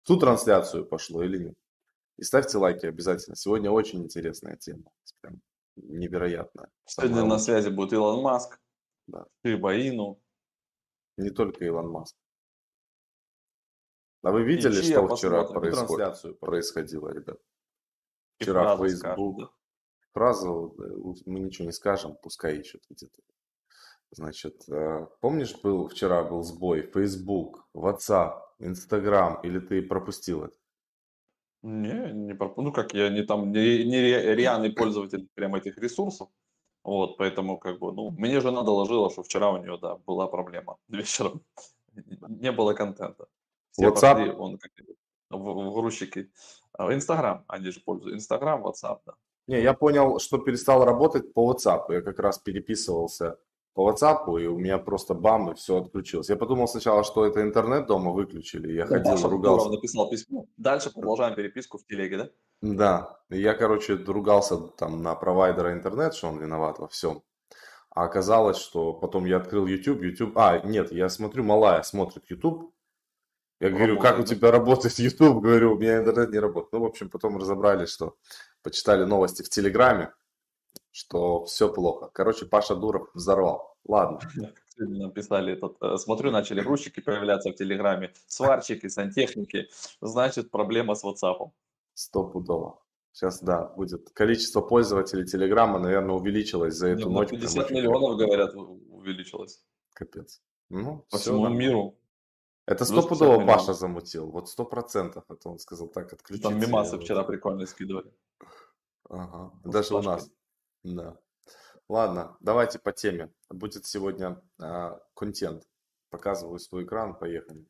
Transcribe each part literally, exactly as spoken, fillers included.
Ту трансляцию пошло или нет. И ставьте лайки обязательно. Сегодня очень интересная тема. Прям невероятная. Сегодня Самая на лучшая. связи будет Илон Маск, Да. Шиба Ину Не только Илон Маск. А вы и видели, Чия. что вчера Посмотрим. происход... происходило, ребят? И Вчера фразу скажем, Facebook, да. фразу, э, мы ничего не скажем, пускай ищут где-то. Значит, э, помнишь, был вчера был сбой Facebook, WhatsApp, Instagram, или ты пропустил это? Не, не проп ну как, я не там не не ре рьяный пользователь прям этих ресурсов. Вот, поэтому как бы, ну, мне жена доложила, что вчера у нее, да, была проблема вечером. Не было контента. Все WhatsApp. пошли вон как это, в в грузчики. А, "Инстаграм" они же пользуются. "Инстаграм", "Ватсап", да. Не, я понял, что перестал работать по WhatsApp. Я как раз переписывался по WhatsApp, и у меня просто бам, и все отключилось. Я подумал сначала, что это интернет дома выключили. Я Да, ходил, Паша Дуров ругался. написал письмо. Дальше продолжаем переписку в телеге, да? Да, и я, короче, ругался там на провайдера интернет, что он виноват во всем. А оказалось, что потом я открыл YouTube, YouTube... А, нет, я смотрю, малая смотрит YouTube. Я говорю, как у Работает, да? тебя работает YouTube? Говорю, у меня интернет не работает. Ну, в общем, потом разобрались, что почитали новости в Телеграме, что все плохо. Короче, Паша Дуров взорвал. Ладно, Да, как сегодня нам писали этот, э, смотрю, начали грузчики появляться в "Телеграме", сварщики, сантехники. Значит, проблема с "Ватсапом". стопудово. Сейчас, да, будет. Количество пользователей Телеграма, наверное, увеличилось за На эту на ночь прям пятьдесят очень круто. миллионов, говорят, у увеличилось Капец. Ну, по все всему нормально. миру. Это Плюс пятьдесят стопудово Паша миллионов. замутил. Вот сто процентов. Это он сказал так, Там отключиться я мемасы вот. вчера прикольные скидывали Ага. с Даже у Пашкой. нас. Да. Ладно, давайте по теме. Будет сегодня а, контент. Показываю свой экран, поехали.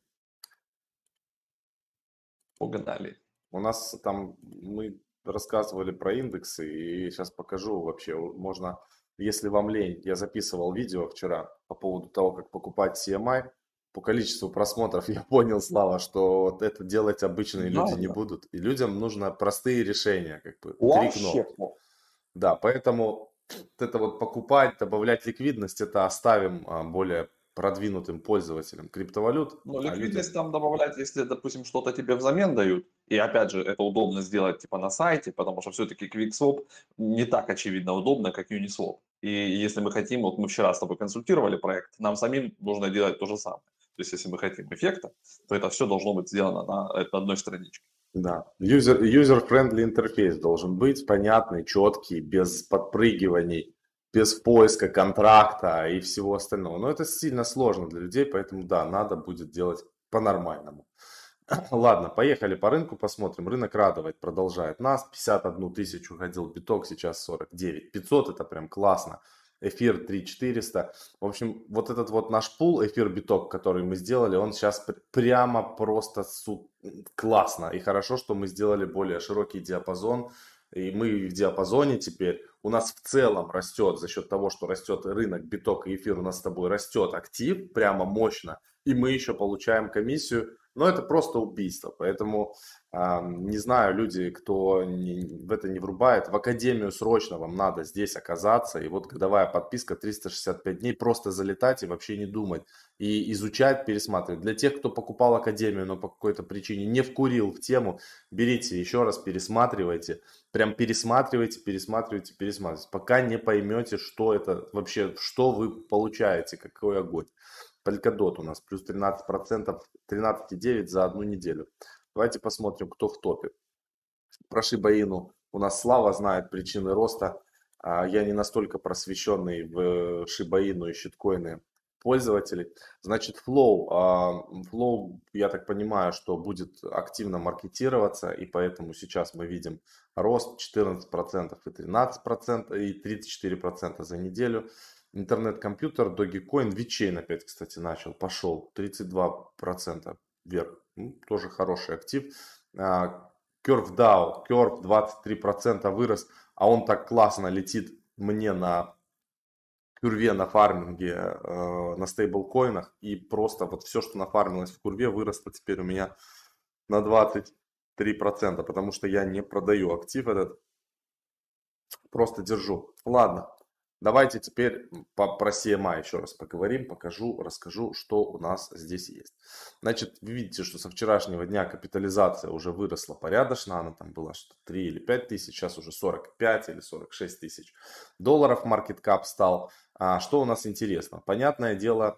Погнали. У нас там мы рассказывали про индексы, и сейчас покажу вообще. Можно, если вам лень, я записывал видео вчера по поводу того, как покупать си эм ай. По количеству просмотров я понял, Слава, что вот это делать обычные люди не Надо. будут. И людям нужно простые решения, как бы три Вообще. кнопки. О, Да, поэтому вот это вот покупать, добавлять ликвидность, это оставим а, более продвинутым пользователям криптовалют, ну, а людям... ликвидность там добавлять, если, допустим, что-то тебе взамен дают. И опять же, это удобно сделать типа на сайте, потому что все-таки QuickSwap не так очевидно удобно, как Uniswap. И если мы хотим, вот мы вчера с тобой консультировали проект, нам самим нужно делать то же самое. То есть, если мы хотим эффекта, то это все должно быть сделано на, на одной страничке. Да, user, user-friendly интерфейс должен быть понятный, четкий, без подпрыгиваний, без поиска контракта и всего остального. Но это сильно сложно для людей, поэтому да, надо будет делать по-нормальному. Ладно, поехали по рынку, посмотрим. Рынок радовать продолжает нас. пятьдесят одну тысячу ходил биток, сейчас сорок девять пятьсот, это прям классно. Эфир три тысячи четыреста. В общем, вот этот вот наш пул, эфир биток, который мы сделали, он сейчас прямо просто су- классно. И хорошо, что мы сделали более широкий диапазон. И мы в диапазоне теперь. У нас в целом растет за счет того, что растет рынок биток и эфир, у нас с тобой растет актив прямо мощно. И мы еще получаем комиссию. Но это просто убийство. Поэтому а, не знаю, люди, кто не- в это не врубает, в академию срочно вам надо здесь оказаться. И вот годовая подписка триста шестьдесят пять дней, просто залетать и вообще не думать. И изучать, пересматривать. Для тех, кто покупал академию, но по какой-то причине не вкурил в тему, берите еще раз, пересматривайте. Прям пересматривайте, пересматривайте, пересматривайте. Пока не поймете, что это вообще, что вы получаете, какой огонь. Polkadot у нас плюс тринадцать процентов, тринадцать и девять за одну неделю. Давайте посмотрим, кто в топе. Про Шибаину у нас Слава знает причины роста. А, Я не настолько просвещенный в Шибаину и щиткоины пользователей. Значит, Flow. а, Flow, я так понимаю, что будет активно маркетироваться, и поэтому сейчас мы видим рост четырнадцать процентов и тринадцать процентов и тридцать четыре процента за неделю. Интернет-компьютер, Dogecoin, VeChain опять, кстати, начал, пошел, тридцать два процента вверх. Ну, тоже хороший актив. А, Curve DAO, Curve двадцать три процента вырос, а он так классно летит мне на курве, на фарминге, э, на стейблкоинах, и просто вот все, что нафармилось в курве, выросло теперь у меня на двадцать три процента, потому что я не продаю актив этот, просто держу. Ладно, Давайте теперь по, про си эм ай еще раз поговорим, покажу, расскажу, что у нас здесь есть. Значит, вы видите, что со вчерашнего дня капитализация уже выросла порядочно, она там была что три или пять тысяч, сейчас уже сорок пять или сорок шесть тысяч долларов market cap стал. А что у нас интересно? Понятное дело,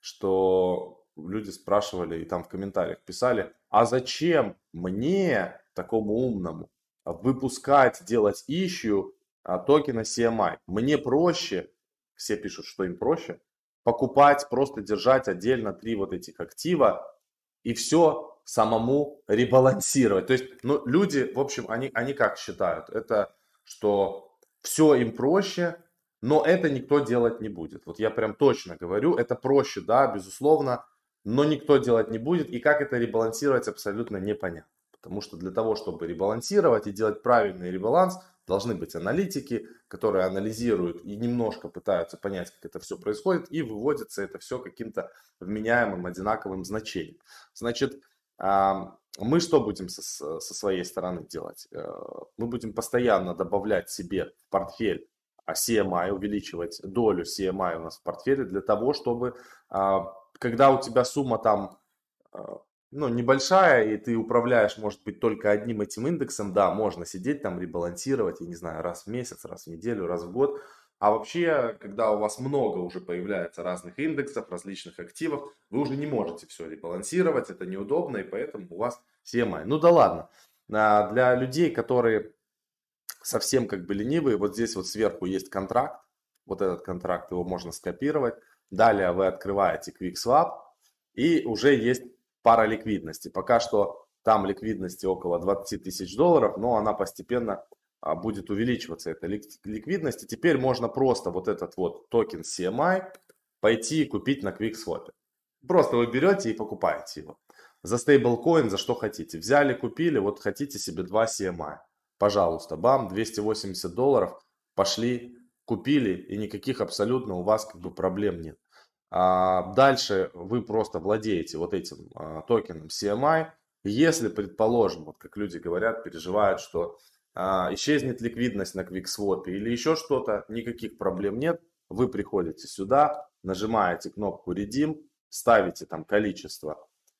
что люди спрашивали и там в комментариях писали, а зачем мне, такому умному, выпускать, делать issue а, токена си эм ай. Мне проще, все пишут, что им проще, покупать, просто держать отдельно три вот этих актива и все самому ребалансировать. То есть, ну, люди, в общем, они, они как считают? Это, что все им проще, но это никто делать не будет. Вот я прям точно говорю, это проще, да, безусловно, но никто делать не будет. И как это ребалансировать, абсолютно непонятно. Потому что для того, чтобы ребалансировать и делать правильный ребаланс, должны быть аналитики, которые анализируют и немножко пытаются понять, как это все происходит, и выводится это все каким-то вменяемым, одинаковым значением. Значит, мы что будем со, со своей стороны делать? Мы будем постоянно добавлять себе в портфель си эм ай, увеличивать долю си эм ай у нас в портфеле для того, чтобы, когда у тебя сумма там, ну, небольшая, и ты управляешь, может быть, только одним этим индексом, да, можно сидеть там, ребалансировать, я не знаю, раз в месяц, раз в неделю, раз в год. А вообще, когда у вас много уже появляется разных индексов, различных активов, вы уже не можете все ребалансировать, это неудобно, и поэтому у вас си эм ай. Ну да ладно, для людей, которые совсем как бы ленивые, вот здесь вот сверху есть контракт, вот этот контракт, его можно скопировать. Далее вы открываете QuickSwap, и уже есть пара ликвидности. Пока что там ликвидности около двадцать тысяч долларов, но она постепенно а, будет увеличиваться, эта ликвидность. И теперь можно просто вот этот вот токен си эм ай пойти и купить на QuickSwap. Просто вы берете и покупаете его. За стейблкоин, за что хотите. Взяли, купили, вот хотите себе два си эм ай. Пожалуйста, бам, двести восемьдесят долларов, пошли, купили, и никаких абсолютно у вас как бы проблем нет. А дальше вы просто владеете вот этим а, токеном си эм ай. Если, предположим, вот как люди говорят, переживают, что а, исчезнет ликвидность на QuickSwap или еще что-то, никаких проблем нет. Вы приходите сюда, нажимаете кнопку Redeem, ставите там количество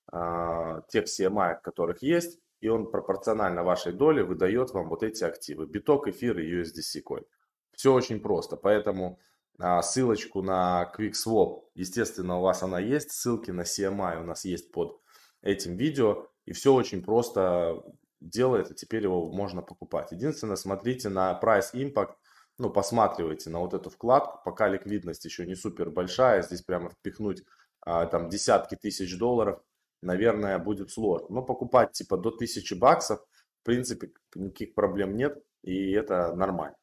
а, тех си эм ай, которых есть, и он пропорционально вашей доле выдает вам вот эти активы. Биток, эфир и ю эс ди си coin. Все очень просто, поэтому а, ссылочку на QuickSwap, естественно, у вас она есть. Ссылки на си эм ай у нас есть под этим видео. И все очень просто делает, и теперь его можно покупать. Единственное, смотрите на Price Impact, ну, посматривайте на вот эту вкладку, пока ликвидность еще не супер большая, здесь прямо впихнуть а, там десятки тысяч долларов, наверное, будет сложно. Но покупать типа до тысячи баксов, в принципе, никаких проблем нет, и это нормально.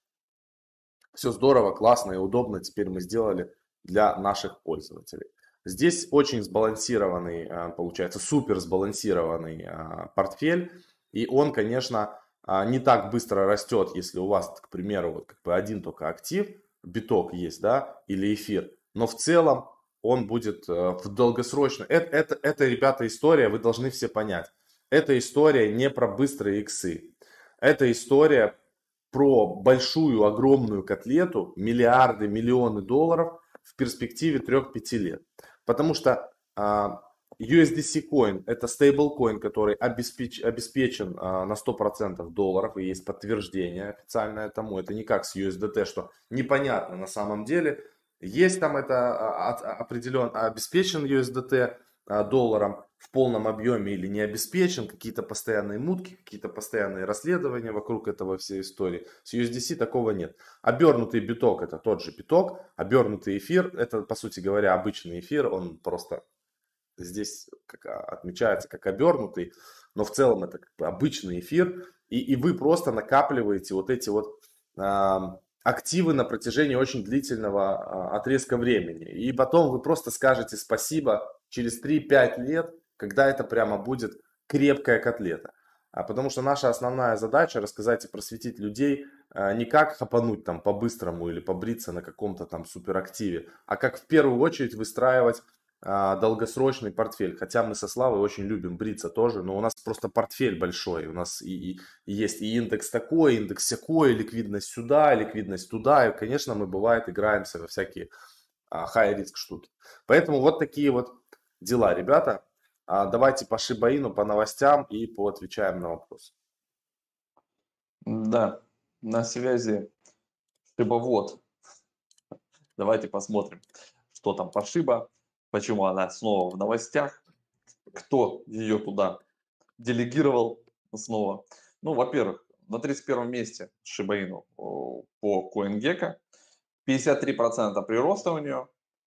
Все здорово, классно и удобно теперь мы сделали для наших пользователей. Здесь очень сбалансированный, получается, супер сбалансированный портфель. И он, конечно, не так быстро растет, если у вас, к примеру, вот как бы один только актив, биток есть, да, или эфир. Но в целом он будет в долгосрочно. Это, это, это, ребята, история, вы должны все понять. Эта история не про быстрые иксы. Это история про большую, огромную котлету, миллиарды, миллионы долларов в перспективе трёх-пяти лет. Потому что а, ю эс ди си coin это стейблкоин, который обеспеч, обеспечен а, на сто процентов долларов, и есть подтверждение официальное тому. Это не как с ю эс ди ти, что непонятно на самом деле. Есть там это определенно обеспечен ю эс ди ти долларом в полном объеме или не обеспечен, какие-то постоянные мутки, какие-то постоянные расследования вокруг этого всей истории. С ю эс ди си такого нет. Обернутый биток это тот же биток, обернутый эфир это, по сути говоря, обычный эфир, он просто здесь как, отмечается как обернутый, но в целом это как бы обычный эфир, и, и вы просто накапливаете вот эти вот а, активы на протяжении очень длительного а, отрезка времени. И потом вы просто скажете спасибо через три-пять лет, когда это прямо будет крепкая котлета. А потому что наша основная задача рассказать и просветить людей а, не как хапануть там по-быстрому или побриться на каком-то там суперактиве, а как в первую очередь выстраивать а, долгосрочный портфель. Хотя мы со Славой очень любим бриться тоже, но у нас просто портфель большой. У нас и, и- и есть и индекс такой, индекс сякой, ликвидность сюда, ликвидность туда. И, конечно, мы бывает играемся во всякие high-риск штуки. Поэтому вот такие вот дела, ребята. А, давайте по Шибаину, по новостям и поотвечаем на вопросы. Да, на связи Шибовод. Давайте посмотрим, что там по Шиба, почему она снова в новостях, кто ее туда делегировал снова. Ну, во-первых, на тридцать первом месте Шибаину по CoinGecko, пятьдесят три процента прироста у нее,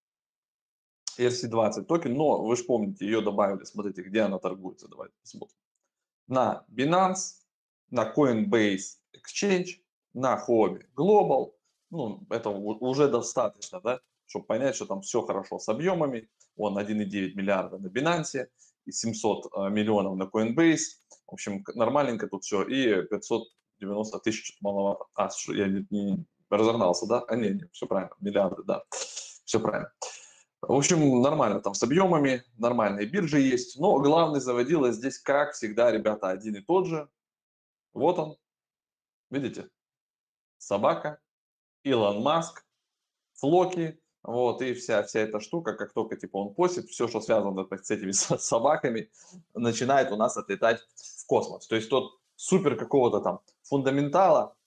эр си двадцать токен, но вы же помните, ее добавили, смотрите, где она торгуется, давайте посмотрим. На Binance, на Coinbase Exchange, на Huobi Global, ну, это уже достаточно, да, чтобы понять, что там все хорошо с объемами. Вон один и девять миллиарда на Binance, и семьсот миллионов на Coinbase. В общем, нормальненько тут все. И пятьсот девяносто тысяч, что-то маловато. А, я не, не разогнался, да? А, не, не, все правильно, миллиарды, да. Все правильно. В общем, нормально там с объемами, нормальные биржи есть. Но главный заводила здесь, как всегда, ребята, один и тот же. Вот он, видите? Собака, Илон Маск, Флоки, вот, и вся, вся эта штука, как только, типа, он постит, все, что связано так, с этими собаками, начинает у нас отлетать в космос. То есть тот супер какого-то там фундаментала.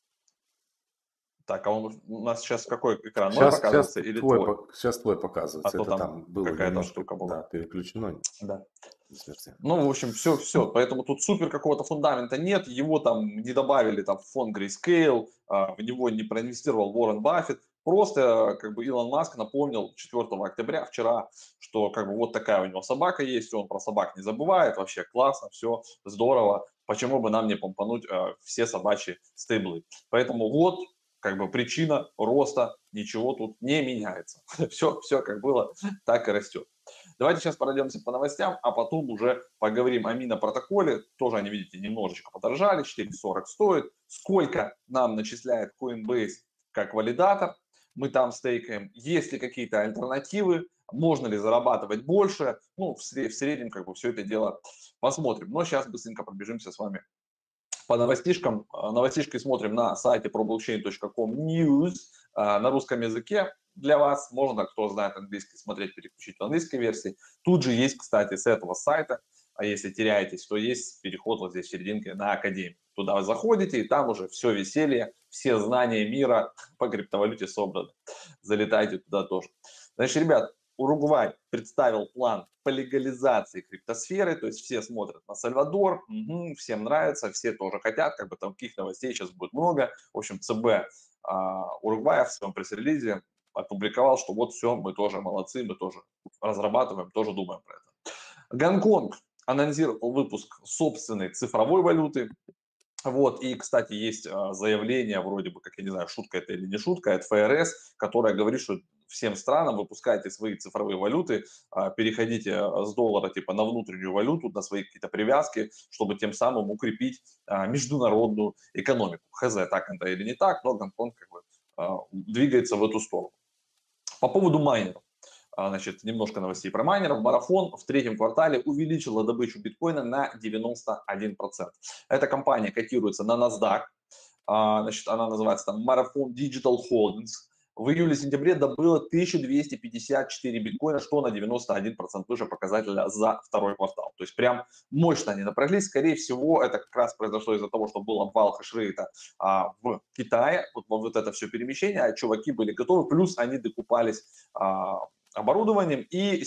Так, а он у нас сейчас какой экран? Мой Сейчас, сейчас показывается или твой, твой? пок- сейчас твой А показывается. то Это там там было какая-то немножко, штука да, была. переключено. Да. Смерти. Ну, в общем, все, все. Поэтому тут супер какого-то фундамента нет. Его там не добавили там, в фонд Grayscale, а, в него не проинвестировал Уоррен Баффет. Просто как бы Илон Маск напомнил четвёртого октября, вчера, что как бы вот такая у него собака есть, он про собак не забывает, вообще классно, все здорово. Почему бы нам не помпануть э, все собачьи стейблы? Поэтому вот как бы причина роста, ничего тут не меняется. Все, все как было, так и растет. Давайте сейчас пройдемся по новостям, а потом уже поговорим о Мина-протоколе. Тоже они, видите, немножечко подорожали, четыре сорок стоит. Сколько нам начисляет Coinbase как валидатор, мы там стейкаем. Есть ли какие-то альтернативы, можно ли зарабатывать больше. Ну, в среднем как бы все это дело посмотрим. Но сейчас быстренько пробежимся с вами по новостишкам. Новостишки смотрим на сайте про блокчейн точка ком News на русском языке. Для вас можно, кто знает английский, смотреть, переключить в английской версии. Тут же есть, кстати, с этого сайта, а если теряетесь, то есть переход вот здесь в серединке на Академию. Туда вы заходите, и там уже все веселье, все знания мира по криптовалюте собраны. Залетайте туда тоже. Значит, ребят, Уругвай представил план по легализации криптосферы, то есть все смотрят на Сальвадор, угу, всем нравится, все тоже хотят, как бы там каких новостей сейчас будет много. В общем, ЦБ а, Уругвая в своем пресс-релизе опубликовал, что вот все, мы тоже молодцы, мы тоже разрабатываем, тоже думаем про это. Гонконг анонсировал выпуск собственной цифровой валюты. Вот, и, кстати, есть заявление, вроде бы, как я не знаю, шутка это или не шутка, от эф эр эс, которая говорит, что всем странам выпускайте свои цифровые валюты, переходите с доллара типа на внутреннюю валюту, на свои какие-то привязки, чтобы тем самым укрепить международную экономику. Хз, так это или не так, но Гонконг как бы двигается в эту сторону. По поводу майнеров. Значит, немножко новостей про майнеров. Марафон в третьем квартале увеличила добычу биткоина на девяносто один процент. Эта компания котируется на NASDAQ. Значит, она называется там Marathon Digital Holdings. В июле-сентябре добыла тысячу двести пятьдесят четыре биткоина, что на девяносто один процент выше показателя за второй квартал. То есть прям мощно они напряглись. Скорее всего, это как раз произошло из-за того, что был обвал хешрейта а, в Китае. Вот, вот это все перемещение, а чуваки были готовы. Плюс они докупались а, оборудованием, и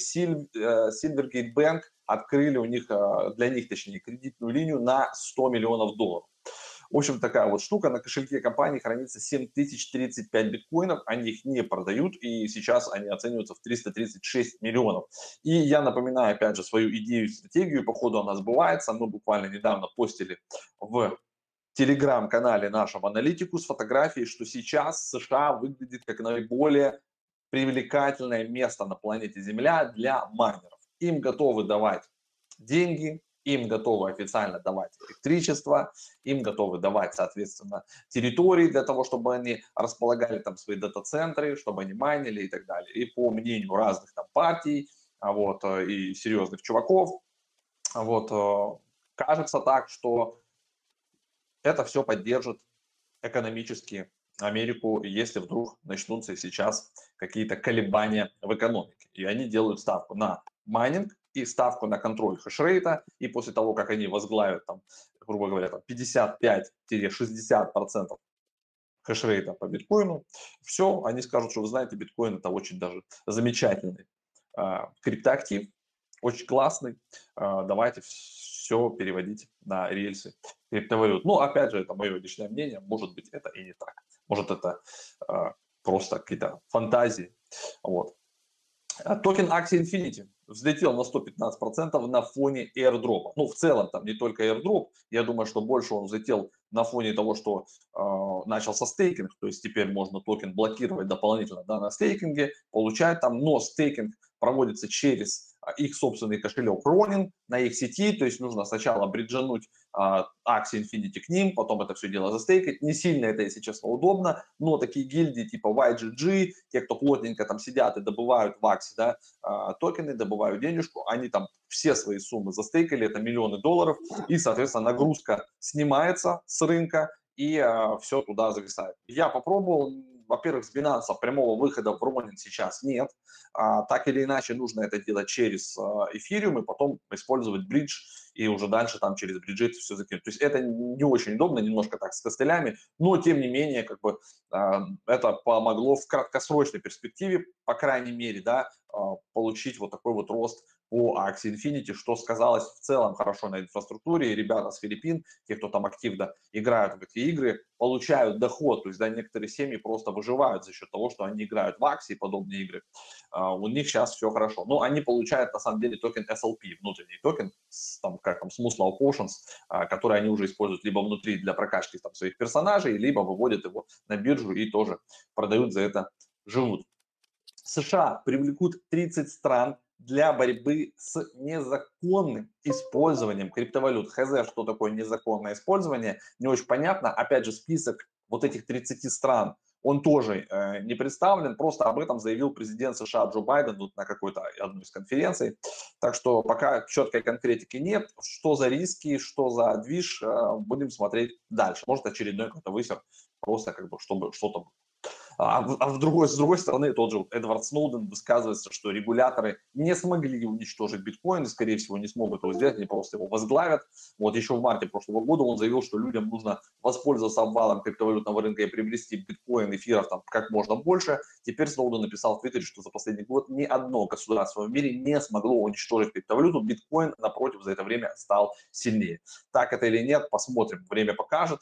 Silvergate Bank открыли у них, для них, точнее, кредитную линию на сто миллионов долларов. В общем, такая вот штука. На кошельке компании хранится семь тысяч тридцать пять биткоинов, они их не продают, и сейчас они оцениваются в триста тридцать шесть миллионов. И я напоминаю, опять же, свою идею, стратегию, по ходу она сбывается. Мы буквально недавно постили в телеграм-канале нашем аналитику с фотографией, что сейчас США выглядит как наиболее привлекательное место на планете Земля для майнеров. Им готовы давать деньги, им готовы официально давать электричество, им готовы давать, соответственно, территории для того, чтобы они располагали там свои дата-центры, чтобы они майнили и так далее. И по мнению разных там партий, а вот, э, и серьезных чуваков. Вот, э, кажется так, что это все поддержит экономически Америку, если вдруг начнутся сейчас какие-то колебания в экономике. И они делают ставку на майнинг и ставку на контроль хешрейта. И после того, как они возглавят, там, грубо говоря, там пятьдесят пять шестьдесят процентов хешрейта по биткоину, все, они скажут, что вы знаете, биткоин это очень даже замечательный а, криптоактив, очень классный, а, давайте все переводить на рельсы криптовалют. Ну, опять же, это мое личное мнение, может быть, это и не так. Может, это а, просто какие-то фантазии. Вот. А Токен Axie Infinity взлетел на сто пятнадцать процентов на фоне airdrop. Ну, в целом, там не только airdrop. Я думаю, что больше он взлетел на фоне того, что э, начался стейкинг. То есть теперь можно токен блокировать дополнительно, да, на стейкинге, получать там. Но стейкинг проводится через а, их собственный кошелек Ronin на их сети. То есть нужно сначала бриджануть а, Axie Infinity к ним, потом это все дело застейкать. Не сильно это, если честно, удобно. Но такие гильдии типа вай джи джи, те, кто плотненько там сидят и добывают в Axie, да, а, токены, добывают денежку, они там все свои суммы застейкали, это миллионы долларов, и, соответственно, нагрузка снимается с рынка, и а, все туда зависает. Я попробовал, во-первых, с Binance прямого выхода в Ronin сейчас нет, а, так или иначе нужно это делать через а, эфириум и потом использовать бридж, и уже дальше там через бриджи это все закинуть. То есть это не очень удобно, немножко так с костылями, но тем не менее, как бы а, это помогло в краткосрочной перспективе, по крайней мере, да, а, получить вот такой вот рост по Axie Infinity, что сказалось в целом хорошо на инфраструктуре. И ребята с Филиппин, те, кто там активно играют в эти игры, получают доход. То есть, да, некоторые семьи просто выживают за счет того, что они играют в Axie и подобные игры. Uh, у них сейчас все хорошо. Но они получают, на самом деле, токен эс эл пи, внутренний токен, с, там, как там, Smooth Slow Potions, uh, который они уже используют либо внутри для прокачки там, своих персонажей, либо выводят его на биржу и тоже продают, за это живут. США привлекут тридцать стран для борьбы с незаконным использованием криптовалют. Хз, что такое незаконное использование, не очень понятно. Опять же, список вот этих тридцати стран, он тоже э, не представлен, просто об этом заявил президент США Джо Байден вот на какой-то одной из конференций. Так что пока четкой конкретики нет. Что за риски, что за движ, э, будем смотреть дальше. Может, очередной какой-то высер, просто как бы, чтобы что-то. А, а в другой, с другой стороны, тот же Эдвард Сноуден высказывается, что регуляторы не смогли уничтожить биткоин, и, скорее всего, не смогут его сделать, они просто его возглавят. Вот еще в марте прошлого года он заявил, что людям нужно воспользоваться обвалом криптовалютного рынка и приобрести биткоин, эфиров там как можно больше. Теперь Сноуден написал в Твиттере, что за последний год ни одно государство в мире не смогло уничтожить криптовалюту. Биткоин, напротив, за это время стал сильнее. Так это или нет, посмотрим, время покажет.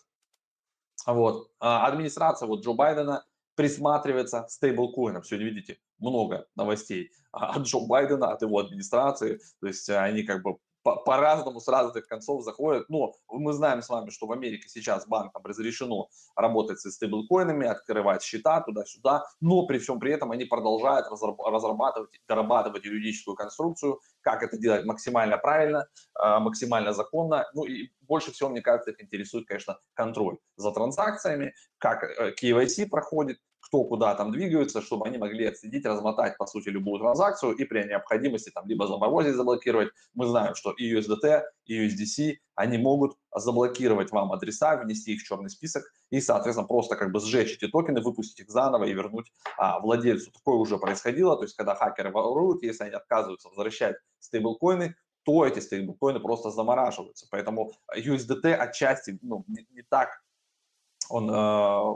Вот. А администрация вот Джо Байдена присматривается к стейблкоинам. Сегодня, видите, много новостей от Джо Байдена, от его администрации. То есть они как бы по- по-разному с разных концов заходят. Но мы знаем с вами, что в Америке сейчас банкам разрешено работать со стейблкоинами, открывать счета туда-сюда, но при всем при этом они продолжают разрабатывать, дорабатывать юридическую конструкцию, как это делать максимально правильно, максимально законно. Ну и больше всего, мне кажется, их интересует, конечно, контроль за транзакциями, как кей вай си проходит, кто куда там двигается, чтобы они могли отследить, размотать, по сути, любую транзакцию и при необходимости там либо заморозить, заблокировать. Мы знаем, что и ю эс ди ти, и ю эс ди си, они могут заблокировать вам адреса, внести их в черный список и, соответственно, просто как бы сжечь эти токены, выпустить их заново и вернуть а, владельцу. Такое уже происходило, то есть когда хакеры воруют, если они отказываются возвращать стейблкоины, то эти стейблкоины просто замораживаются. Поэтому ю эс ди ти отчасти ну, не, не так он э,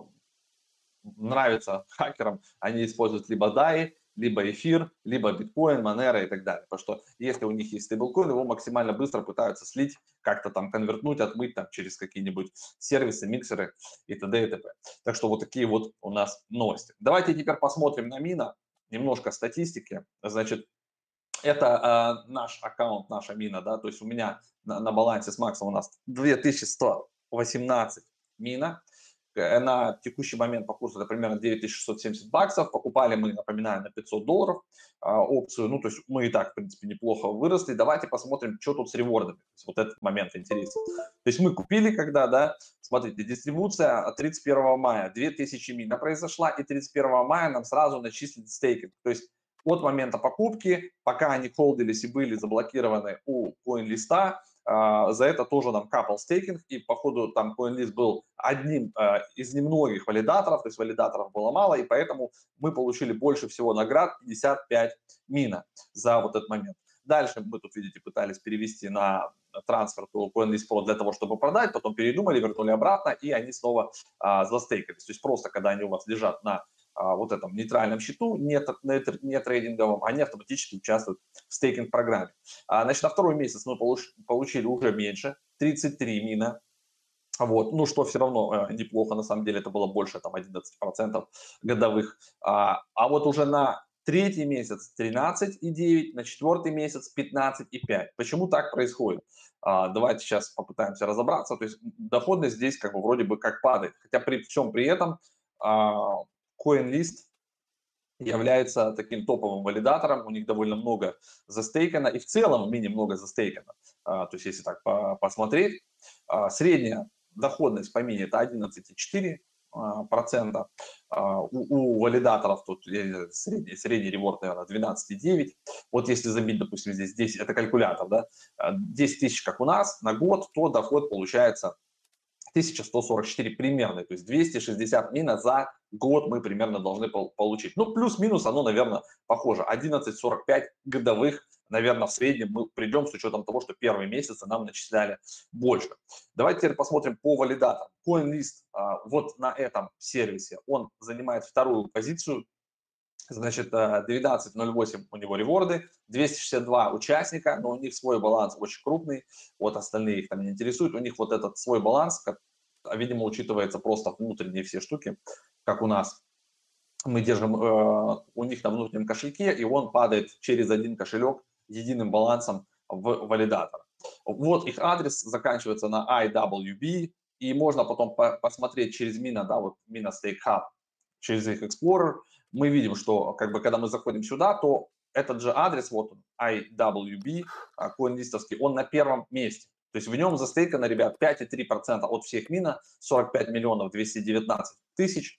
нравится хакерам, они используют либо дай, либо эфир, либо биткоин, монера и так далее. Потому что если у них есть стейблкоин, его максимально быстро пытаются слить, как-то там конвертнуть, отмыть там через какие-нибудь сервисы, миксеры и т.д. и т.п. Так что вот такие вот у нас новости. Давайте теперь посмотрим на мина, немножко статистики. Значит, это э, наш аккаунт, наша мина, да, то есть у меня на, на балансе с Максом у нас две тысячи сто восемнадцать мина. На текущий момент по курсу это примерно девять тысяч шестьсот семьдесят баксов. Покупали мы, напоминаю, на пятьсот долларов а, опцию. Ну, то есть мы и так, в принципе, неплохо выросли. Давайте посмотрим, что тут с ревордами. Вот этот момент интересен. То есть мы купили когда, да, смотрите, дистрибуция тридцать первого мая, две тысячи мина произошла, и тридцать первого мая нам сразу начислили стейкинг. То есть от момента покупки, пока они холдились и были заблокированы у CoinList, за это тоже нам капал стейкинг, и походу там CoinList был одним из немногих валидаторов, то есть валидаторов было мало, и поэтому мы получили больше всего наград, пятьдесят пять мина за вот этот момент. Дальше мы тут, видите, пытались перевести на трансфер CoinList Pro для того, чтобы продать, потом передумали, вернули обратно, и они снова а, застейкались. То есть просто, когда они у вас лежат на а, вот этом нейтральном счету, не, не трейдинговом, они автоматически участвуют в стейкинг-программе. А, значит, на второй месяц мы получ, получили уже меньше, тридцать три мина. Вот, ну, что все равно э, неплохо, на самом деле, это было больше, там, одиннадцать процентов годовых. А, а вот уже на третий месяц тринадцать и девять, на четвертый месяц пятнадцать и пять. Почему так происходит? А, давайте сейчас попытаемся разобраться. То есть доходность здесь как бы вроде бы как падает. Хотя при всем при этом а, CoinList является таким топовым валидатором, у них довольно много застейкано, и в целом в мини много застейкано. А, то есть если так по посмотреть, а, средняя доходность по мини это одиннадцать и четыре процента. У, у валидаторов тут средний, средний реворд, наверное, двенадцать и девять. Вот если забить, допустим, здесь десять, это калькулятор, да, десять тысяч, как у нас, на год, то доход получается тысяча сто сорок четыре примерно, то есть двести шестьдесят мина за год мы примерно должны получить. Ну, плюс-минус оно, наверное, похоже. одиннадцать сорок пять годовых, наверное, в среднем мы придем с учетом того, что первые месяцы нам начисляли больше. Давайте теперь посмотрим по валидаторам. CoinList вот на этом сервисе, он занимает вторую позицию. Значит, двенадцать ноль восемь у него реворды, двести шестьдесят два участника, но у них свой баланс очень крупный, вот остальные их там не интересуют, у них вот этот свой баланс, как, видимо, учитывается просто внутренние все штуки, как у нас. Мы держим э, у них на внутреннем кошельке, и он падает через один кошелек единым балансом в валидатор. Вот их адрес заканчивается на ай дабл ю би, и можно потом по посмотреть через Mina, да, вот Mina Stake Hub, через их Explorer, мы видим, что как бы когда мы заходим сюда, то этот же адрес, вот он, ай дабл ю би, CoinList'овский, он на первом месте. То есть в нем застейкано, ребят, пять и три процента от всех мина, сорок пять миллионов двести девятнадцать тысяч,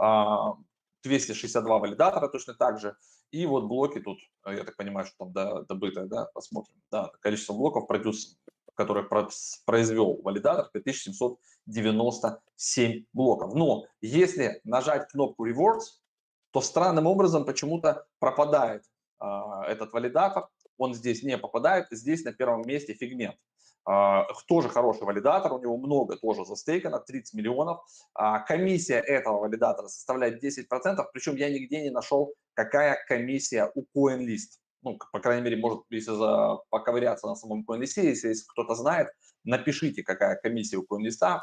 двести шестьдесят два валидатора точно так же. И вот блоки тут, я так понимаю, что там добытое, да, посмотрим. Да, количество блоков, продюс, которые произвел валидатор, пять тысяч семьсот девяносто семь блоков. Но если нажать кнопку Rewards, то странным образом почему-то пропадает а, этот валидатор. Он здесь не попадает, здесь на первом месте фигмент. А, тоже хороший валидатор, у него много тоже застейкано, тридцать миллионов. А, комиссия этого валидатора составляет десять процентов, причем я нигде не нашел, какая комиссия у CoinList. Ну, по крайней мере, может, если за, поковыряться на самом CoinList, если, если кто-то знает, напишите, какая комиссия у CoinList.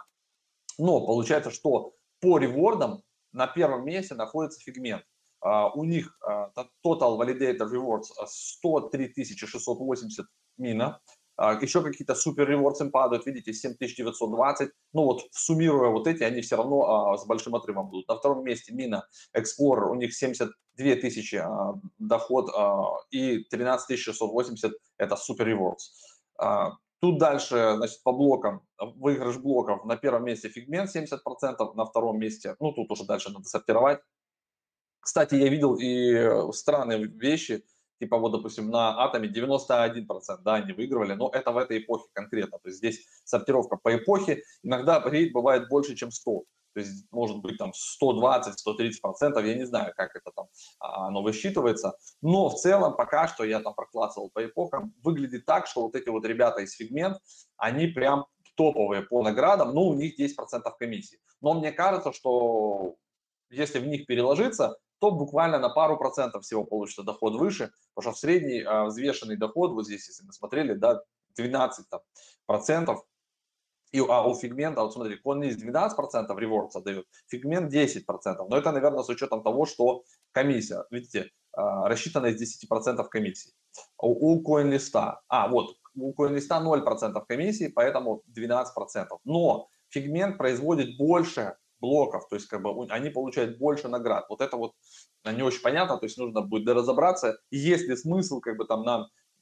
Но получается, что по ревордам на первом месте находится фигмент. Uh, у них uh, Total Validator Rewards сто три тысячи шестьсот восемьдесят мина. Uh, еще какие-то супер rewards им падают, видите, семь тысяч девятьсот двадцать. Ну вот, суммируя вот эти, они все равно uh, с большим отрывом будут. На втором месте Mina Explorer, у них семьдесят две тысячи uh, доход uh, и тринадцать тысяч шестьсот восемьдесят это супер rewards. Uh, Тут дальше, значит, по блокам, выигрыш блоков на первом месте фигмент семьдесят процентов, на втором месте, ну тут уже дальше надо сортировать. Кстати, я видел и странные вещи, типа вот, допустим, на Атоме девяносто один процент, да, они выигрывали, но это в этой эпохе конкретно, то есть здесь сортировка по эпохе, иногда рейд бывает больше, чем сто, то есть может быть там сто двадцать — сто тридцать процентов, я не знаю, как это там оно высчитывается, но в целом пока что я там проклацал по эпохам, выглядит так, что вот эти вот ребята из фигмент, они прям топовые по наградам, но у них десять процентов комиссии, но мне кажется, что если в них переложиться, то буквально на пару процентов всего получится доход выше, потому что в средний а, взвешенный доход, вот здесь, если мы смотрели, да, двенадцать там, процентов, и, а у фигмента, вот смотри, он есть двенадцать процентов ревордса дает, фигмент десять процентов, но это, наверное, с учетом того, что комиссия, видите, а, рассчитана из десяти процентов комиссии. У, у CoinList, а, вот, у CoinList ноль процентов комиссии, поэтому двенадцать процентов, но фигмент производит больше блоков, то есть как бы они получают больше наград. Вот это вот не очень понятно, то есть нужно будет доразобраться. Есть ли смысл как бы там нам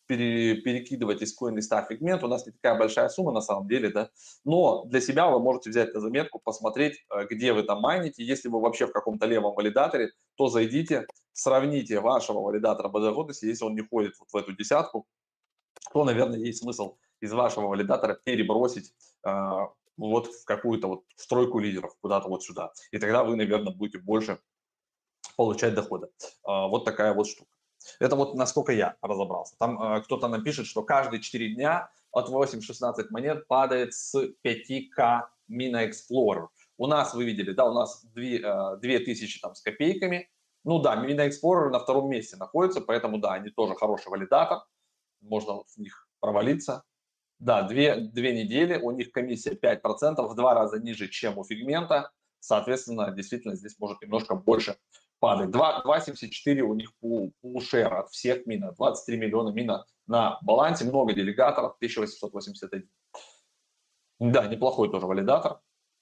пере, перекидывать из CoinList в фигмент. У нас не такая большая сумма на самом деле, да. Но для себя вы можете взять на заметку, посмотреть, где вы там майните. Если вы вообще в каком-то левом валидаторе, то зайдите, сравните вашего валидатора по доходности. Если он не входит вот в эту десятку, то, наверное, есть смысл из вашего валидатора перебросить э, вот в какую-то вот стройку лидеров, куда-то вот сюда. И тогда вы, наверное, будете больше получать дохода. Э, вот такая вот штука. Это вот насколько я разобрался. Там э, кто-то напишет, что каждые четыре дня от восемь шестнадцать монет падает с пяти тысяч Mina Explorer. У нас, вы видели, да, у нас две тысячи там с копейками. Ну да, Mina Explorer на втором месте находится, поэтому да, они тоже хороший валидатор. Можно в них провалиться. Да, две, две недели, у них комиссия пять процентов, в два раза ниже, чем у фигмента. Соответственно, действительно, здесь может немножко больше падать. два семьдесят четыре у них пул-шер от всех мина, двадцать три миллиона мина на балансе, много делегаторов, тысяча восемьсот восемьдесят один. Да, неплохой тоже валидатор.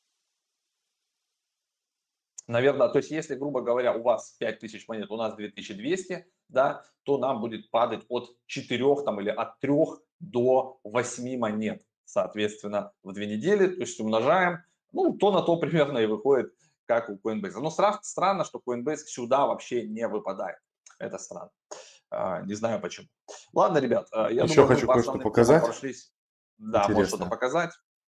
Наверное, то есть если, грубо говоря, у вас пять тысяч монет, у нас две тысячи двести, да, то нам будет падать от четырёх там, или от трёх до восьми монет, соответственно, в две недели. То есть умножаем, ну, то на то примерно и выходит, как у Coinbase. Но странно, что Coinbase сюда вообще не выпадает. Это странно. Не знаю почему. Ладно, ребят, я Еще думаю, мы хочу по кое-что основным показать. темам прошлись. Да, может что-то показать.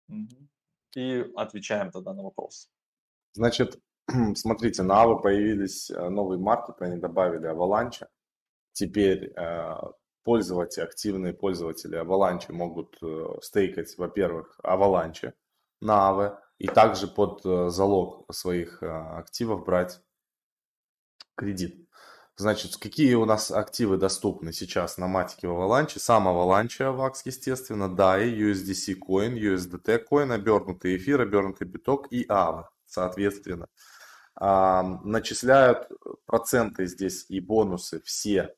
И отвечаем тогда на вопрос. Значит, смотрите, на Aave появились новые маркеты, они добавили Avalanche. Теперь э, пользователи, активные пользователи Avalanche могут э, стейкать, во-первых, Avalanche на Aave и также под э, залог своих э, активов брать кредит. Значит, какие у нас активы доступны сейчас на матике в Avalanche? Сам Avalanche AVAX, естественно, дай, ю эс ди си Coin, ю эс ди ти Coin, обернутый эфир, обернутый биток и Aave, соответственно. А, начисляют проценты здесь и бонусы все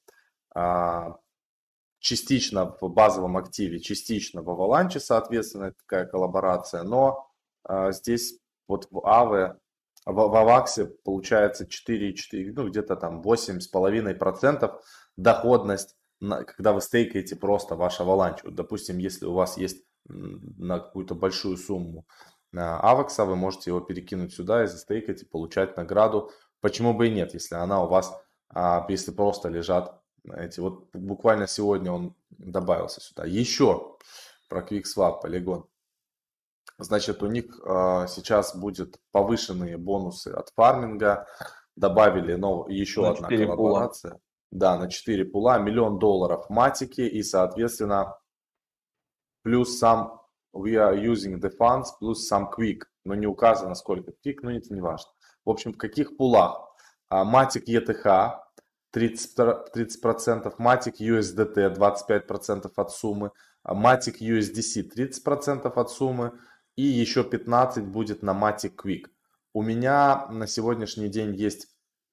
а, частично в базовом активе, частично в Avalanche, соответственно, это такая коллаборация, но а, здесь вот в Aave, в, в AVAX получается четыре целых четыре десятых, ну где-то там восемь с половиной процентов доходность, на, когда вы стейкаете просто ваш Avalanche. Вот, допустим, если у вас есть на какую-то большую сумму авекса, вы можете его перекинуть сюда и застейкать и получать награду. Почему бы и нет, если она у вас, а, если просто лежат эти. Вот буквально сегодня он добавился сюда. Еще про QuickSwap, Polygon. Значит, у них а, сейчас будет повышенные бонусы от фарминга. Добавили нов... еще на одна коллаборация. Пула. Да, на четыре пула, миллион долларов матики и, соответственно, плюс сам we are using the funds, плюс сам Quick. Но не указано сколько Quick, но это не важно. В общем, в каких пулах? Matic и ти эйч тридцать процентов, Matic ю эс ди ти двадцать пять процентов от суммы, Matic ю эс ди си тридцать процентов от суммы и еще пятнадцать процентов будет на Matic Quick. У меня на сегодняшний день есть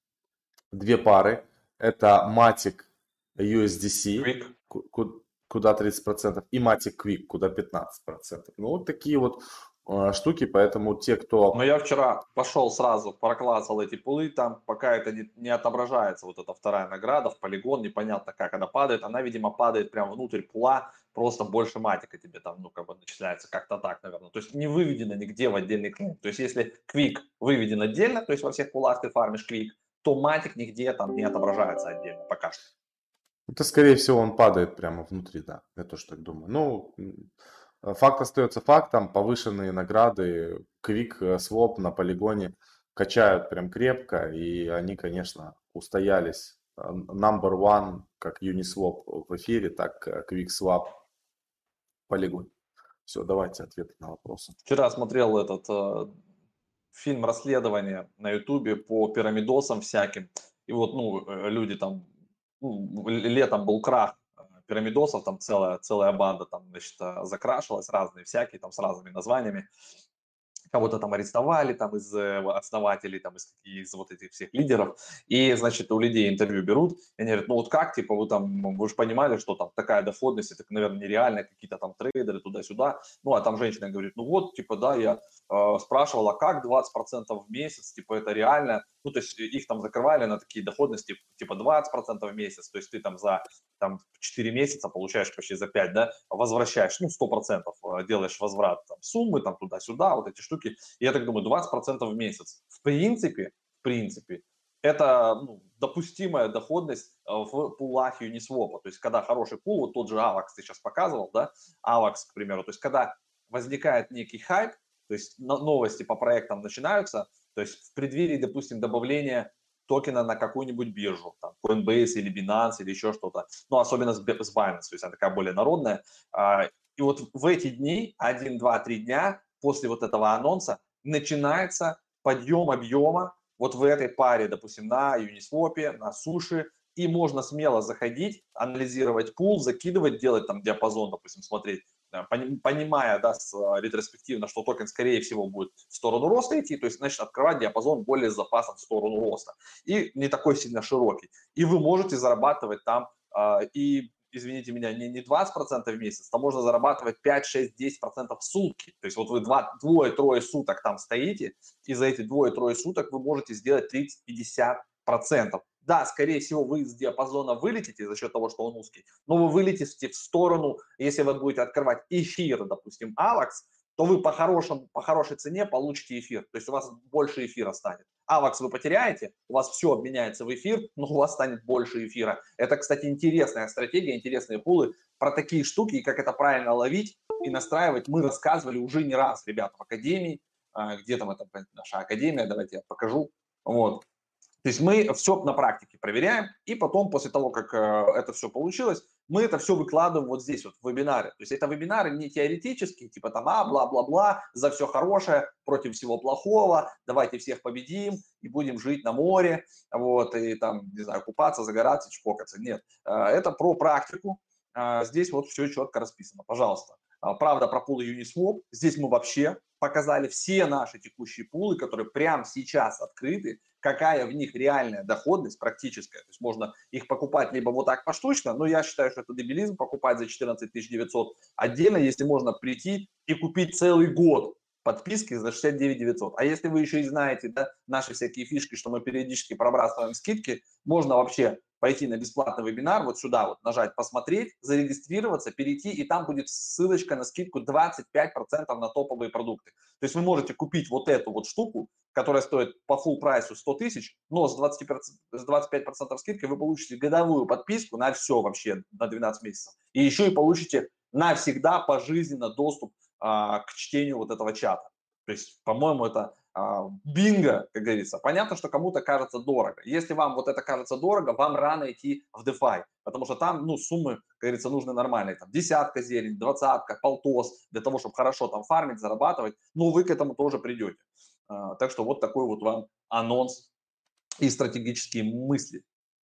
две пары. Это Matic ю эс ди си, Quick. Куда тридцать процентов, и Matic Quick, куда пятнадцать процентов. Ну, вот такие вот э, штуки, поэтому те, кто... Но я вчера пошел сразу, проклассал эти пулы, там пока это не, не отображается, вот эта вторая награда в полигон, непонятно как она падает, она, видимо, падает прямо внутрь пула, просто больше матика тебе там, ну, как бы начисляется как-то так, наверное. То есть не выведено нигде в отдельный клиент. То есть если Quick выведен отдельно, то есть во всех пулах ты фармишь Quick, то матик нигде там не отображается отдельно пока что. Это, скорее всего, он падает прямо внутри, да. Я тоже так думаю. Ну, факт остается фактом. Повышенные награды, Quick Swap на полигоне качают прям крепко. И они, конечно, устоялись. Number one, как Uniswap в эфире, так Quick Swap в полигоне. Все, давайте ответы на вопросы. Вчера смотрел этот э, фильм расследования на Ютубе по пирамидосам всяким. И вот, ну, люди там... Ну, летом был крах пирамидосов, там целая, целая банда там, значит, закрашивалась, разные всякие, там с разными названиями. Кого-то там арестовали, там из основателей, там из, из вот этих всех лидеров. И, значит, у людей интервью берут, и они говорят, ну вот как, типа, вы там, вы же понимали, что там такая доходность, это, наверное, нереально, какие-то там трейдеры туда-сюда. Ну, а там женщина говорит, ну вот, типа, да, я э, спрашивала, как двадцать процентов в месяц, типа, это реально. ну, то есть их там закрывали на такие доходности типа двадцать процентов в месяц, то есть ты там за там, четыре месяца получаешь почти за пять, да, возвращаешь, ну, сто процентов делаешь возврат там, суммы там туда-сюда, вот эти штуки. И я так думаю, двадцать процентов в месяц. В принципе, в принципе, это ну, допустимая доходность в пулах Uniswap. То есть, когда хороший пул, вот тот же AVAX ты сейчас показывал, да, AVAX, к примеру, то есть, когда возникает некий хайп, то есть новости по проектам начинаются, то есть в преддверии, допустим, добавления токена на какую-нибудь биржу, там, Coinbase или Binance или еще что-то, ну, особенно с Binance, то есть она такая более народная. И вот в эти дни, один, два, три дня после вот этого анонса начинается подъем объема вот в этой паре, допустим, на Uniswap, на суши, и можно смело заходить, анализировать пул, закидывать, делать там диапазон, допустим, смотреть, понимая, да, ретроспективно, что токен, скорее всего, будет в сторону роста идти, то есть, значит, открывать диапазон более с запасом в сторону роста. И не такой сильно широкий. И вы можете зарабатывать там и, извините меня, не, не двадцать процентов в месяц, там можно зарабатывать пять, шесть, десять процентов в сутки. То есть вот вы двое-трое суток там стоите, и за эти двое-трое суток вы можете сделать тридцать-пятьдесят процентов. Да, скорее всего, вы из диапазона вылетите за счет того, что он узкий, но вы вылетите в сторону, если вы будете открывать эфир, допустим, AVAX, то вы по, хорошему, по хорошей цене получите эфир. То есть у вас больше эфира станет. AVAX вы потеряете, у вас все обменяется в эфир, но у вас станет больше эфира. Это, кстати, интересная стратегия, интересные пулы. Про такие штуки и как это правильно ловить и настраивать мы рассказывали уже не раз, ребята, в академии. Где там это наша академия, давайте я покажу. Вот. То есть мы все на практике проверяем, и потом, после того, как это все получилось, мы это все выкладываем вот здесь вот в вебинаре. То есть это вебинары не теоретические, типа там а, бла-бла-бла, за все хорошее, против всего плохого, давайте всех победим и будем жить на море, вот, и там, не знаю, купаться, загораться, чпокаться. Нет, это про практику. Здесь вот все четко расписано, пожалуйста. Правда, про пулы Uniswap. Здесь мы вообще показали все наши текущие пулы, которые прямо сейчас открыты, какая в них реальная доходность практическая. То есть можно их покупать либо вот так поштучно, но я считаю, что это дебилизм покупать за четырнадцать тысяч девятьсот отдельно, если можно прийти и купить целый год подписки за шестьдесят девять тысяч девятьсот. А если вы еще и знаете, да, наши всякие фишки, что мы периодически пробрасываем скидки, можно вообще пойти на бесплатный вебинар, вот сюда вот нажать «Посмотреть», зарегистрироваться, перейти, и там будет ссылочка на скидку двадцать пять процентов на топовые продукты. То есть вы можете купить вот эту вот штуку, которая стоит по full прайсу сто тысяч, но с двадцать пять процентов скидкой вы получите годовую подписку на все вообще, на двенадцать месяцев. И еще и получите навсегда пожизненно доступ а, к чтению вот этого чата. То есть, по-моему, это а, бинго, как говорится. Понятно, что кому-то кажется дорого. Если вам вот это кажется дорого, вам рано идти в DeFi, потому что там, ну, суммы, как говорится, нужны нормальные. Там десятка зелень, двадцатка, полтос, для того, чтобы хорошо там фармить, зарабатывать. Но вы к этому тоже придете. А, так что вот такой вот вам анонс и стратегические мысли.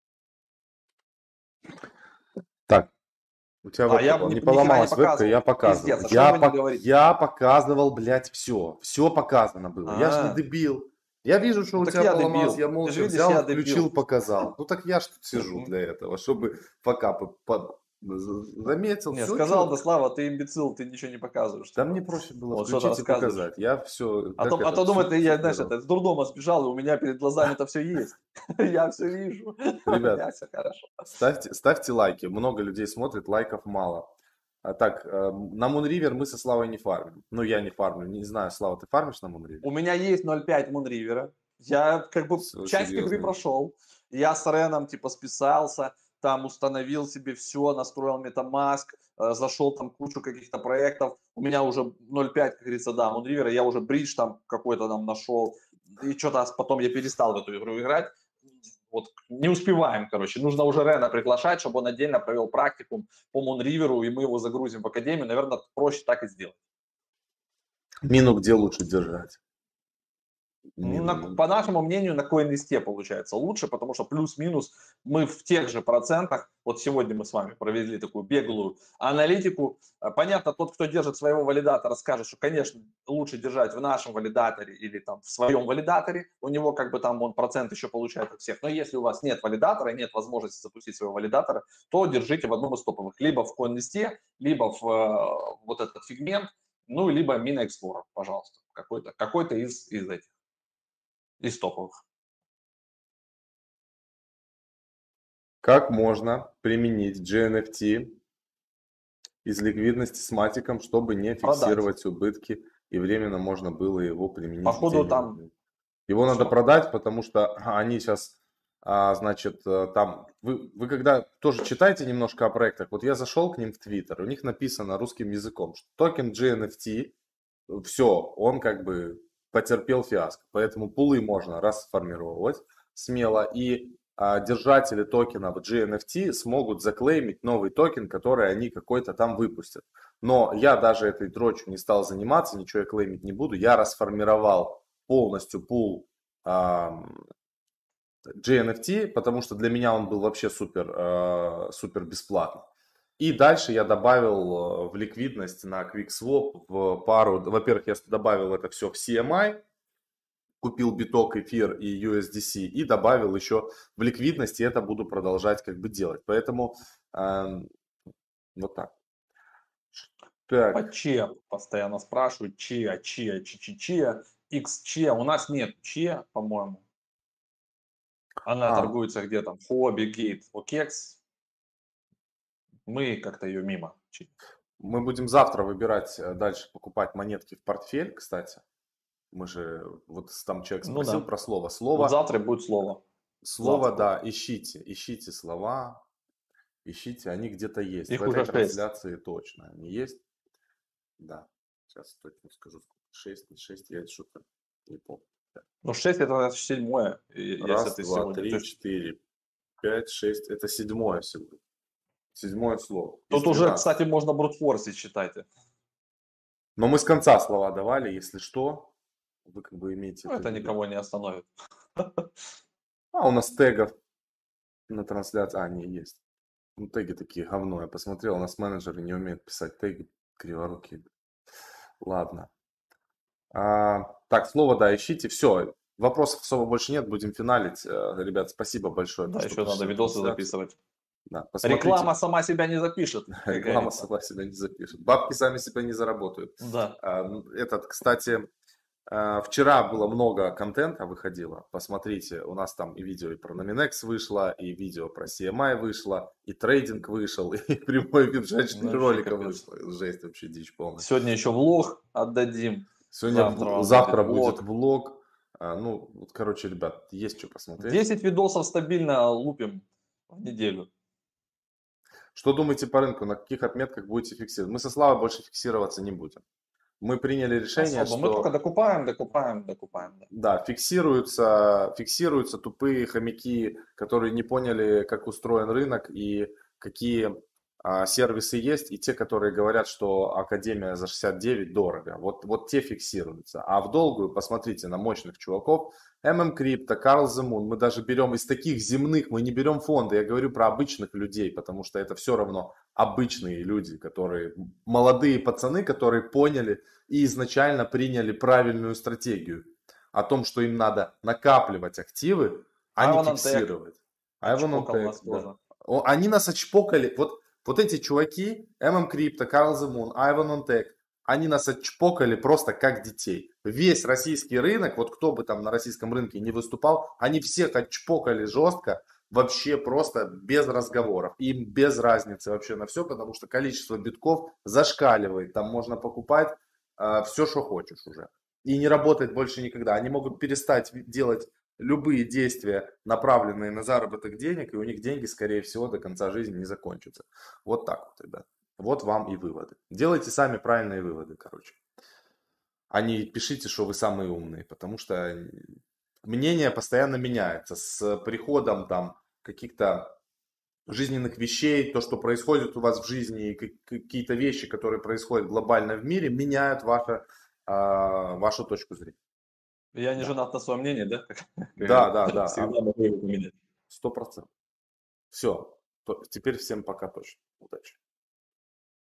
Так, у тебя А я вебка ни, не ни хера не поломалась вебка, я показывал. показывал. Пиздец, а что Я, вы не пок- говорите? я показывал, блядь, все. Все показано было. Я же не А, дебил. Я вижу, что ну у так тебя я поломалось, дебил. я Ты же молча видишь, взял, я включил, дебил. показал. Ну так я ж тут сижу Мгм. для этого, чтобы факапы по- за- заметил, Не, все сказал, да четко. Слава, ты имбецил, ты ничего не показываешь, Да мне типа, проще было вот что-то включить и рассказываешь. показать. Я все, А как то, а это, то думает, я, знаешь, суммировал. это, из дурдома сбежал, и у меня перед глазами это все есть. Я все вижу. У Ребят, меня все хорошо. ставьте, ставьте лайки. Много людей смотрит, лайков мало. А так, э, на Moonriver мы со Славой не фармим. Ну, я не фармлю. Не знаю, Слава, ты фармишь на Moonriver? У меня есть ноль пять Мунривера. Я как бы Все, часть игры серьезно. прошел. Я с Реном типа списался, там установил себе все, настроил MetaMask, э, зашел там кучу каких-то проектов. У меня уже ноль пять, как говорится, да, Мунривера. Я уже бридж там какой-то там нашел. И что-то потом я перестал в эту игру играть. Вот не успеваем, короче. Нужно уже Рена приглашать, чтобы он отдельно провел практикум по Мунриверу, и мы его загрузим в академию. Наверное, проще так и сделать. Мину где лучше держать? Ну, на- Мину. по нашему мнению, на CoinList получается лучше, потому что плюс-минус мы в тех же процентах, вот сегодня мы с вами провели такую беглую аналитику. А, Понятно, тот, кто держит своего валидатора, скажет, что, конечно, лучше держать в нашем валидаторе или там в своем валидаторе, у него как бы там он процент еще получает от всех. Но если у вас нет валидатора, нет возможности запустить своего валидатора, то держите в одном из топовых, либо в CoinList, либо в э, вот этот фигмент, ну, либо Mina Explorer, пожалуйста, какой-то какой из, из этих из топовых. Как можно применить джи эн эф ти из ликвидности с матиком, чтобы не Продать. фиксировать убытки, и временно можно было его применить в Походу тени? там Его надо все. продать, потому что они сейчас, а, значит, э, там, вы, вы когда тоже читаете немножко о проектах, вот я зашел к ним в Твиттер, у них написано русским языком, что токен джи эн эф ти, все, он как бы потерпел фиаско, поэтому пулы можно расформировать смело, и а, держатели токенов джи эн эф ти смогут заклеймить новый токен, который они какой-то там выпустят. Но я даже этой дрочью не стал заниматься, ничего я клеймить не буду, я расформировал полностью пул а, джи эн эф ти, потому что для меня он был вообще супер, а, супер бесплатный. И дальше я добавил в ликвидность на QuickSwap в пару, во-первых, я добавил это все в си эм ай, купил биток, эфир и ю эс ди си и добавил еще в ликвидность, и это буду продолжать как бы делать. Поэтому э, вот так. По Так, че постоянно спрашивают, чья, чья, чья, чья, X чья. У нас нет чья, по-моему. Она а, торгуется где там, Хобби, Гейт, Окекс. Мы как-то ее мимо. Чи- мы будем завтра выбирать э, дальше, покупать монетки в портфель, кстати. Мы же, вот там человек Ну спросил да. про слово. Вот Слово, завтра будет слово. слово, Завтра. да, ищите, ищите слова, ищите, они где-то есть. В Их этой уже шесть. трансляции точно они есть. Да, сейчас точно скажу, сколько. Шесть, не шесть, я что-то не помню. Ну, шесть это седьмое, и- если Раз, ты два, сегодня. три, Ты ж- четыре, пять, шесть. Это седьмое сегодня. Седьмое слово из Тут уже, двенадцати. кстати, можно брутфорсить, считайте. Но мы с конца слова давали, если что, вы как бы имеете Ну, это в это виду. никого не остановит. А у нас тегов на трансляции, а, не, есть. Ну, теги такие говно. Я посмотрел, у нас менеджеры не умеют писать теги, криворукие. Ладно. А, так, слово, да, ищите. Все, вопросов особо больше нет, будем финалить. Э, Ребят, спасибо большое, Да, что еще надо пришли на видосы трансляцию. записывать. Да, посмотрите. Реклама сама себя не запишет, как Реклама говорится. сама себя не запишет. Бабки сами себя не заработают. Да. А, Этот, кстати, а, вчера было много контента выходило. Посмотрите, у нас там и видео и про Nominex вышло, и видео про си эм ай вышло, и трейдинг вышел, и прямой эфир четыре Вообще ролика капец. вышло. Жесть вообще, дичь полная. Сегодня еще влог отдадим. Сегодня, Завтра в- вам завтра будет будет влог. влог. А, Ну, вот, короче, ребят, есть что посмотреть. десять видосов стабильно лупим в неделю. Что думаете по рынку? На каких отметках будете фиксировать? Мы со Славой больше фиксироваться не будем. Мы приняли решение, Особо. Мы только что докупаем, докупаем, докупаем. Да. да, фиксируются, фиксируются тупые хомяки, которые не поняли, как устроен рынок и какие а, сервисы есть, и те, которые говорят, что Академия за шестьдесят девять дорого. Вот, вот те фиксируются. А в долгую посмотрите на мощных чуваков. эм эм Crypto, Carl the Moon. Мы даже берем из таких земных, мы не берем фонды. Я говорю про обычных людей, потому что это все равно обычные люди, которые, молодые пацаны, которые поняли и изначально приняли правильную стратегию о том, что им надо накапливать активы, а не Ivan Tech фиксировать. Ivan отчпокал Tech, нас да. тоже. О, Они нас отчпокали. Вот, вот эти чуваки, эм эм Crypto, Carl the Moon, Ivan Tech, они нас отчпокали просто как детей. Весь российский рынок, вот кто бы там на российском рынке не выступал, они всех отчпокали жестко, вообще просто без разговоров. Им без разницы вообще на все, потому что количество битков зашкаливает. Там можно покупать э, все, что хочешь уже. И не работать больше никогда. Они могут перестать делать любые действия, направленные на заработок денег, и у них деньги, скорее всего, до конца жизни не закончатся. Вот так вот, ребят. Вот вам и выводы. Делайте сами правильные выводы, короче. А не пишите, что вы самые умные, потому что мнение постоянно меняется. С приходом там каких-то жизненных вещей, то, что происходит у вас в жизни, и какие-то вещи, которые происходят глобально в мире, меняют ваше, а, вашу точку зрения. Я не Да. женат на своем мнении, да? Как Да, говорят. да, да. Всегда могу его поменять. Сто процентов. Все. Теперь всем пока точно. Удачи.